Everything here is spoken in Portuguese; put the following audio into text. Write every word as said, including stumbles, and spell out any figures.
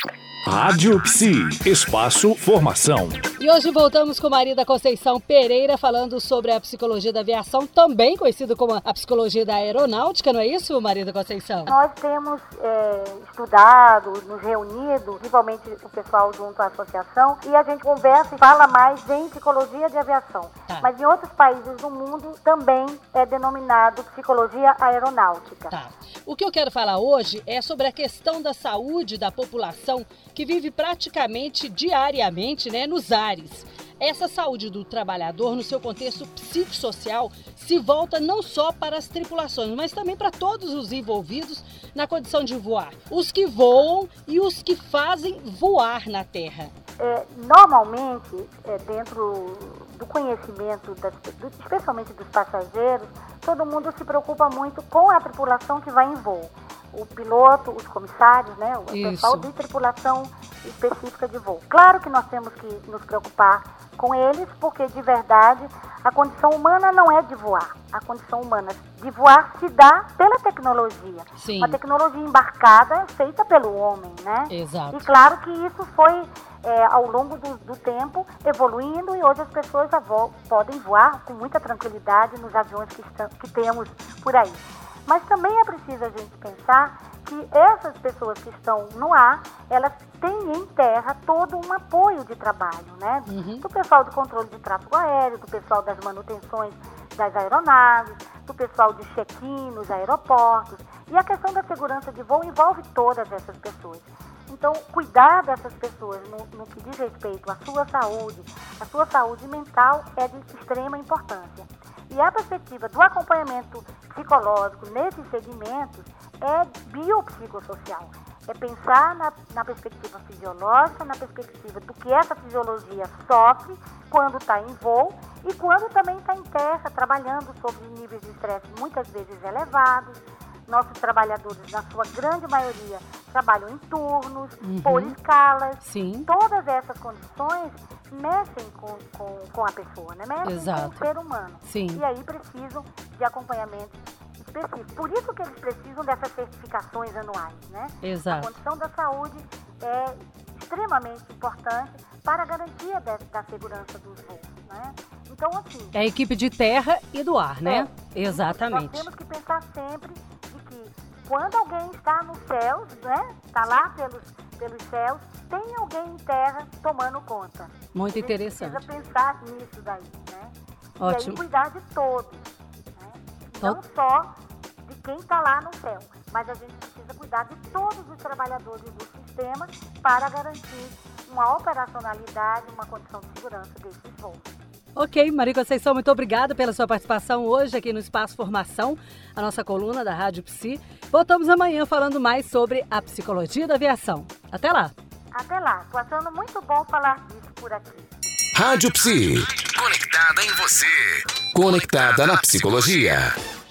Rádio Psi, Espaço Formação. E hoje voltamos com Marida Conceição Pereira falando sobre a psicologia da aviação, também conhecido como a psicologia da aeronáutica, não é isso, Marida Conceição? Nós temos é, estudado, nos reunido, principalmente o pessoal junto à associação, e a gente conversa e fala mais em psicologia de aviação. Tá. Mas em outros países do mundo também é denominado psicologia aeronáutica. Tá. O que eu quero falar hoje é sobre a questão da saúde da população que vive praticamente diariamente, né, nos ares. Essa saúde do trabalhador, no seu contexto psicossocial, se volta não só para as tripulações, mas também para todos os envolvidos na condição de voar. Os que voam e os que fazem voar na terra. É, normalmente, é, dentro do conhecimento, das, do, especialmente dos passageiros, todo mundo se preocupa muito com a tripulação que vai em voo. O piloto, os comissários, né, o Isso. pessoal de tripulação específica de voo. Claro que nós temos que nos preocupar com eles, porque de verdade a condição humana não é de voar. A condição humana de voar se dá pela tecnologia. Sim. Uma tecnologia embarcada feita pelo homem, né? Exato. E claro que isso foi, é, ao longo do, do tempo, evoluindo, e hoje as pessoas já vo- podem voar com muita tranquilidade nos aviões que, estão, que temos por aí. Mas também é preciso a gente pensar que essas pessoas que estão no ar, elas têm em terra todo um apoio de trabalho, né? Uhum. Do pessoal de controle de tráfego aéreo, do pessoal das manutenções das aeronaves, do pessoal de check-in nos aeroportos. E a questão da segurança de voo envolve todas essas pessoas. Então, cuidar dessas pessoas no, no que diz respeito à sua saúde, à sua saúde mental, é de extrema importância. E a perspectiva do acompanhamento psicológico nesses segmentos é biopsicossocial. É pensar na, na perspectiva fisiológica, na perspectiva do que essa fisiologia sofre quando está em voo e quando também está em terra, trabalhando sob níveis de estresse muitas vezes elevados. Nossos trabalhadores, na sua grande maioria, trabalham em turnos, Uhum. por escalas. Sim. Todas essas condições mexem com, com, com a pessoa, né? Mexem Exato. com o ser humano. Sim. E aí precisam de acompanhamento específico. Por isso que eles precisam dessas certificações anuais, né? Exato. A condição da saúde é extremamente importante para a garantia de, da segurança dos voos, né? Então, assim... É a equipe de terra e do ar, né? É, Exatamente. Nós temos que pensar sempre de que quando alguém está nos céus, né? Está lá pelos, pelos céus, tem alguém em terra tomando conta. Muito A gente interessante. precisa pensar nisso daí, né? Ótimo. E aí cuidar de todos, né? Então- Não só de quem está lá no céu, mas a gente precisa cuidar de todos os trabalhadores do sistema para garantir uma operacionalidade, uma condição de segurança desses voos. Ok, Marida Conceição, muito obrigada pela sua participação hoje aqui no Espaço Formação, a nossa coluna da Rádio Psi. Voltamos amanhã falando mais sobre a psicologia da aviação. Até lá! Até lá, estou achando muito bom falar disso por aqui. Rádio Psi. Conectada em você. Conectada na psicologia.